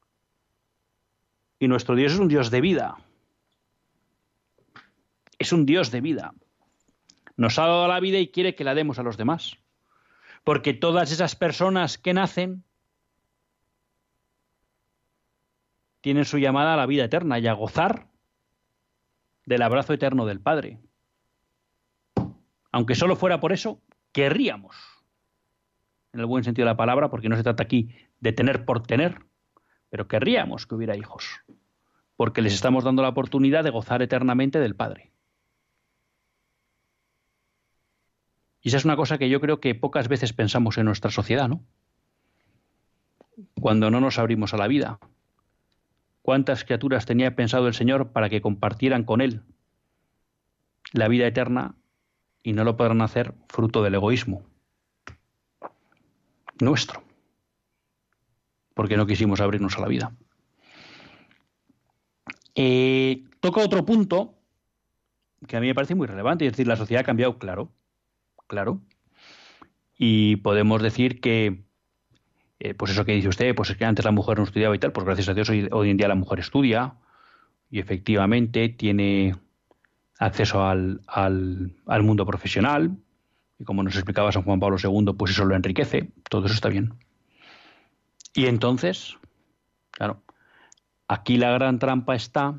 Y nuestro Dios es un Dios de vida. Es un Dios de vida. Nos ha dado la vida y quiere que la demos a los demás. Porque todas esas personas que nacen tienen su llamada a la vida eterna y a gozar del abrazo eterno del Padre. Aunque solo fuera por eso, querríamos, en el buen sentido de la palabra, porque no se trata aquí de tener por tener, pero querríamos que hubiera hijos, porque les estamos dando la oportunidad de gozar eternamente del Padre. Y esa es una cosa que yo creo que pocas veces pensamos en nuestra sociedad, ¿no? Cuando no nos abrimos a la vida. ¿Cuántas criaturas tenía pensado el Señor para que compartieran con Él la vida eterna y no lo podrán hacer fruto del egoísmo nuestro? Porque no quisimos abrirnos a la vida. Toca otro punto que a mí me parece muy relevante, es decir, la sociedad ha cambiado, claro, y podemos decir que pues eso que dice usted, pues es que antes la mujer no estudiaba y tal, pues gracias a Dios hoy en día la mujer estudia y efectivamente tiene acceso al mundo profesional y como nos explicaba San Juan Pablo II, pues eso lo enriquece, todo eso está bien. Y entonces, claro, aquí la gran trampa está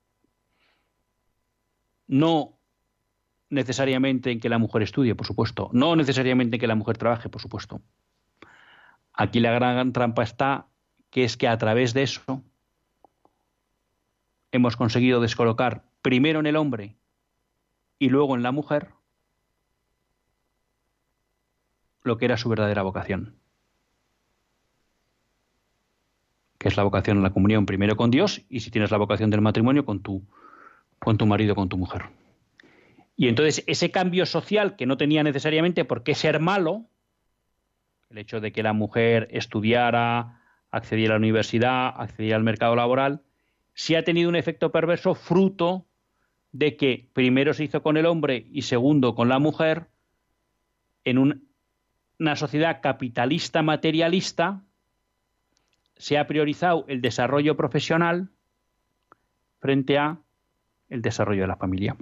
no necesariamente en que la mujer estudie, por supuesto, no necesariamente en que la mujer trabaje, por supuesto. Aquí la gran trampa está que es que a través de eso hemos conseguido descolocar primero en el hombre y luego en la mujer lo que era su verdadera vocación, que es la vocación a la comunión primero con Dios y si tienes la vocación del matrimonio con tu marido, con tu mujer. Y entonces ese cambio social que no tenía necesariamente por qué ser malo, el hecho de que la mujer estudiara, accediera a la universidad, accediera al mercado laboral, sí ha tenido un efecto perverso fruto de que primero se hizo con el hombre y segundo con la mujer en una sociedad capitalista materialista. Se ha priorizado el desarrollo profesional frente a el desarrollo de la familia.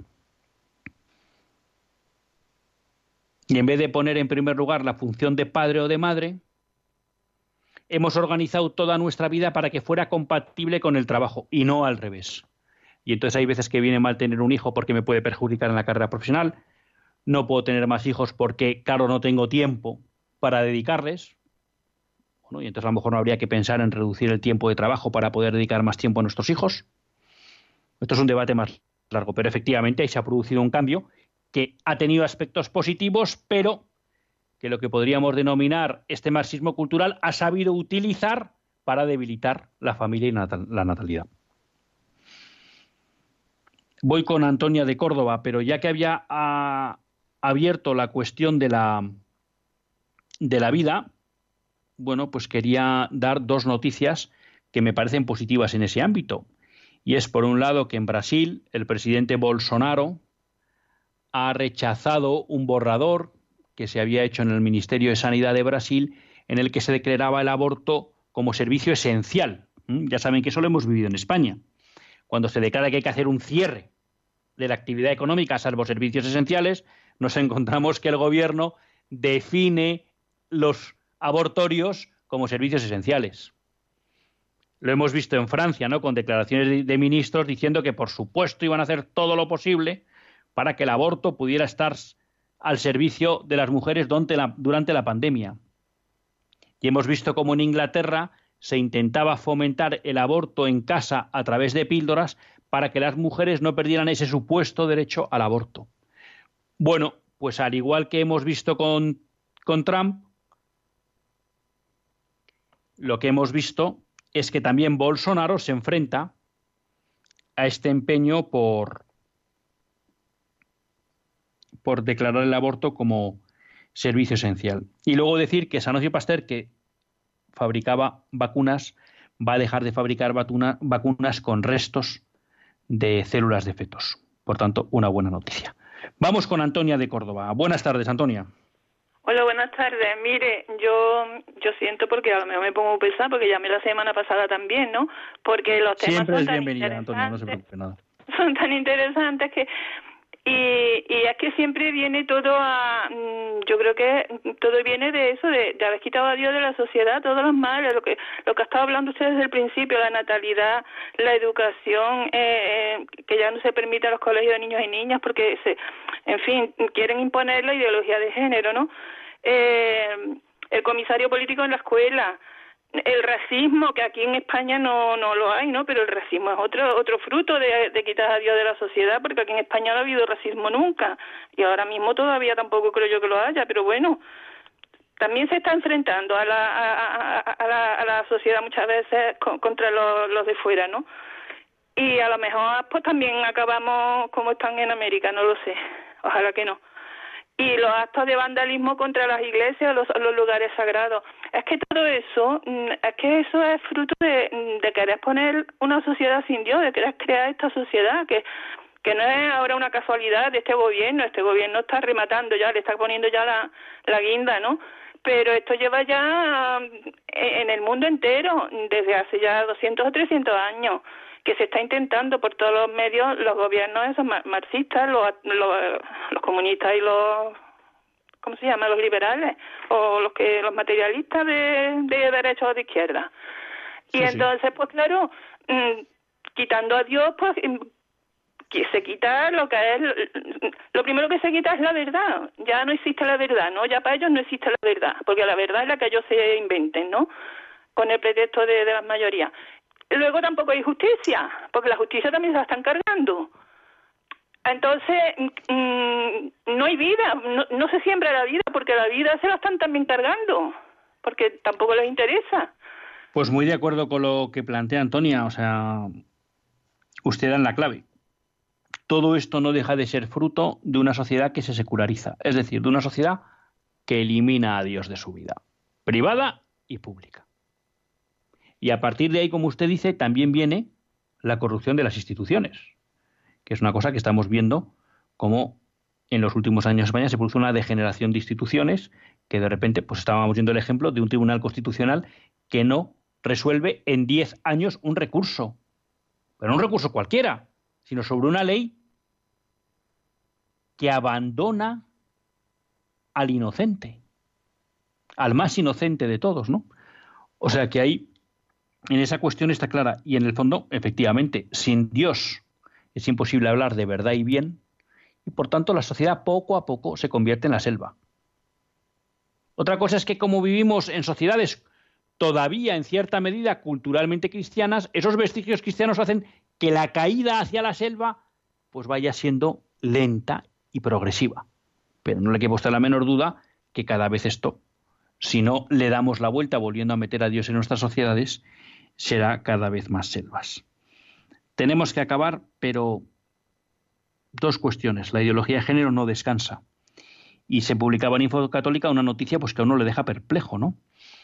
Y en vez de poner en primer lugar la función de padre o de madre, hemos organizado toda nuestra vida para que fuera compatible con el trabajo y no al revés. Y entonces hay veces que viene mal tener un hijo porque me puede perjudicar en la carrera profesional, no puedo tener más hijos porque, claro, no tengo tiempo para dedicarles. Bueno, y entonces a lo mejor no habría que pensar en reducir el tiempo de trabajo para poder dedicar más tiempo a nuestros hijos. Esto es un debate más largo, pero efectivamente ahí se ha producido un cambio que ha tenido aspectos positivos, pero que lo que podríamos denominar este marxismo cultural ha sabido utilizar para debilitar la familia y la natalidad. Voy con Antonia de Córdoba, pero ya que había abierto la cuestión de la vida, bueno, pues quería dar dos noticias que me parecen positivas en ese ámbito. Y es, por un lado, que en Brasil el presidente Bolsonaro ha rechazado un borrador que se había hecho en el Ministerio de Sanidad de Brasil en el que se declaraba el aborto como servicio esencial. Ya saben que eso lo hemos vivido en España. Cuando se declara que hay que hacer un cierre de la actividad económica, salvo servicios esenciales, nos encontramos que el gobierno define los abortorios como servicios esenciales. Lo hemos visto en Francia, ¿no?, con declaraciones de ministros diciendo que, por supuesto, iban a hacer todo lo posible para que el aborto pudiera estar al servicio de las mujeres durante la pandemia. Y hemos visto cómo en Inglaterra se intentaba fomentar el aborto en casa a través de píldoras para que las mujeres no perdieran ese supuesto derecho al aborto. Bueno, pues al igual que hemos visto con Trump, lo que hemos visto es que también Bolsonaro se enfrenta a este empeño por declarar el aborto como servicio esencial. Y luego decir que Sanofi Pasteur, que fabricaba vacunas, va a dejar de fabricar vacunas con restos de células de fetos. Por tanto, una buena noticia. Vamos con Antonia de Córdoba. Buenas tardes, Antonia.
Hola, buenas tardes. Mire, yo siento porque a lo mejor me pongo pesada porque llamé la semana pasada también, ¿no? Porque los temas
siempre
son
es
tan
bienvenida, Antonia, no se preocupe nada.
Son tan interesantes que y es que siempre viene todo yo creo que todo viene de eso, de haber quitado a Dios de la sociedad, todos los males, lo que ha estado hablando usted desde el principio, la natalidad, la educación, que ya no se permite a los colegios de niños y niñas porque en fin, quieren imponer la ideología de género, ¿no? El comisario político en la escuela, el racismo, que aquí en España no lo hay, ¿no? Pero el racismo es otro fruto de quitar a Dios de la sociedad, porque aquí en España no ha habido racismo nunca, y ahora mismo todavía tampoco creo yo que lo haya, pero bueno, también se está enfrentando a la sociedad muchas veces contra los de fuera, ¿no? Y a lo mejor pues también acabamos como están en América, no lo sé, ojalá que no. Y los actos de vandalismo contra las iglesias, los lugares sagrados. Es que todo eso, es fruto de querer poner una sociedad sin Dios, de querer crear esta sociedad, que no es ahora una casualidad de este gobierno está rematando ya, le está poniendo ya la guinda, ¿no? Pero esto lleva ya en el mundo entero, desde hace ya 200 o 300 años, que se está intentando por todos los medios, los gobiernos esos marxistas, los comunistas y los, ¿cómo se llama?, los liberales, o los materialistas de derecha o de izquierda. Y entonces, pues claro, quitando a Dios, pues que se quita lo primero que se quita es la verdad. Ya no existe la verdad, ¿no? Ya para ellos no existe la verdad, porque la verdad es la que ellos se inventen, ¿no? Con el pretexto de las mayorías. Luego tampoco hay justicia, porque la justicia también se la están cargando. Entonces, no hay vida, no se siembra la vida, porque la vida se la están también cargando, porque tampoco les interesa.
Pues muy de acuerdo con lo que plantea Antonia, o sea, usted da en la clave. Todo esto no deja de ser fruto de una sociedad que se seculariza, es decir, de una sociedad que elimina a Dios de su vida, privada y pública. Y a partir de ahí, como usted dice, también viene la corrupción de las instituciones, que es una cosa que estamos viendo como en los últimos años en España se produce una degeneración de instituciones que de repente, pues estábamos viendo el ejemplo de un tribunal constitucional que no resuelve en 10 años un recurso, pero no un recurso cualquiera, sino sobre una ley que abandona al inocente, al más inocente de todos, ¿no? O sea que ahí en esa cuestión está clara. Y en el fondo, efectivamente, sin Dios es imposible hablar de verdad y bien, y por tanto la sociedad poco a poco se convierte en la selva. Otra cosa es que como vivimos en sociedades todavía en cierta medida culturalmente cristianas, esos vestigios cristianos hacen que la caída hacia la selva pues vaya siendo lenta y progresiva. Pero no le quepa usted la menor duda que cada vez esto, si no le damos la vuelta volviendo a meter a Dios en nuestras sociedades, será cada vez más selvas. Tenemos que acabar, pero dos cuestiones. La ideología de género no descansa. Y se publicaba en Info Católica una noticia pues que a uno le deja perplejo, ¿no?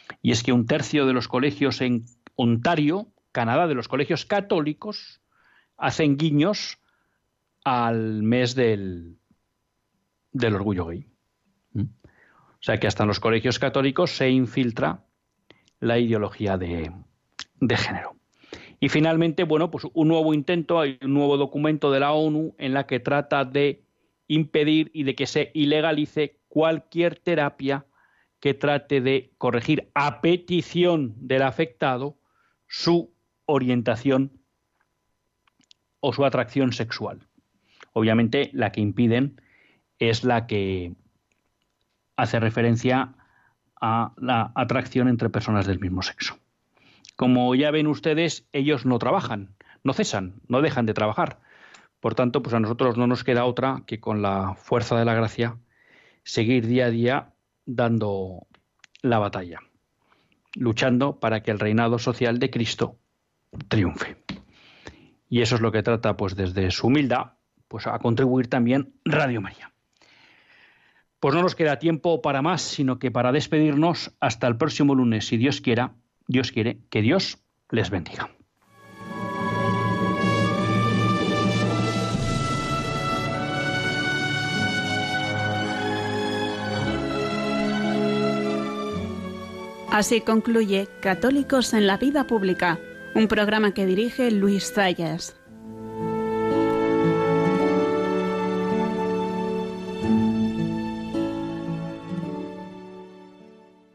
Y es que 1/3 de los colegios en Ontario, Canadá, de los colegios católicos, hacen guiños al mes del orgullo gay. O sea que hasta en los colegios católicos se infiltra la ideología de género. Y finalmente, bueno, pues un nuevo intento, hay un nuevo documento de la ONU en la que trata de impedir y de que se ilegalice cualquier terapia que trate de corregir a petición del afectado su orientación o su atracción sexual. Obviamente la que impiden es la que hace referencia a la atracción entre personas del mismo sexo. Como ya ven ustedes, ellos no trabajan, no cesan, no dejan de trabajar. Por tanto, pues a nosotros no nos queda otra que con la fuerza de la gracia seguir día a día dando la batalla, luchando para que el reinado social de Cristo triunfe. Y eso es lo que trata, pues desde su humildad, pues a contribuir también Radio María. Pues no nos queda tiempo para más, sino que para despedirnos hasta el próximo lunes, si Dios quiere, que Dios les bendiga.
Así concluye Católicos en la Vida Pública, un programa que dirige Luis Zayas.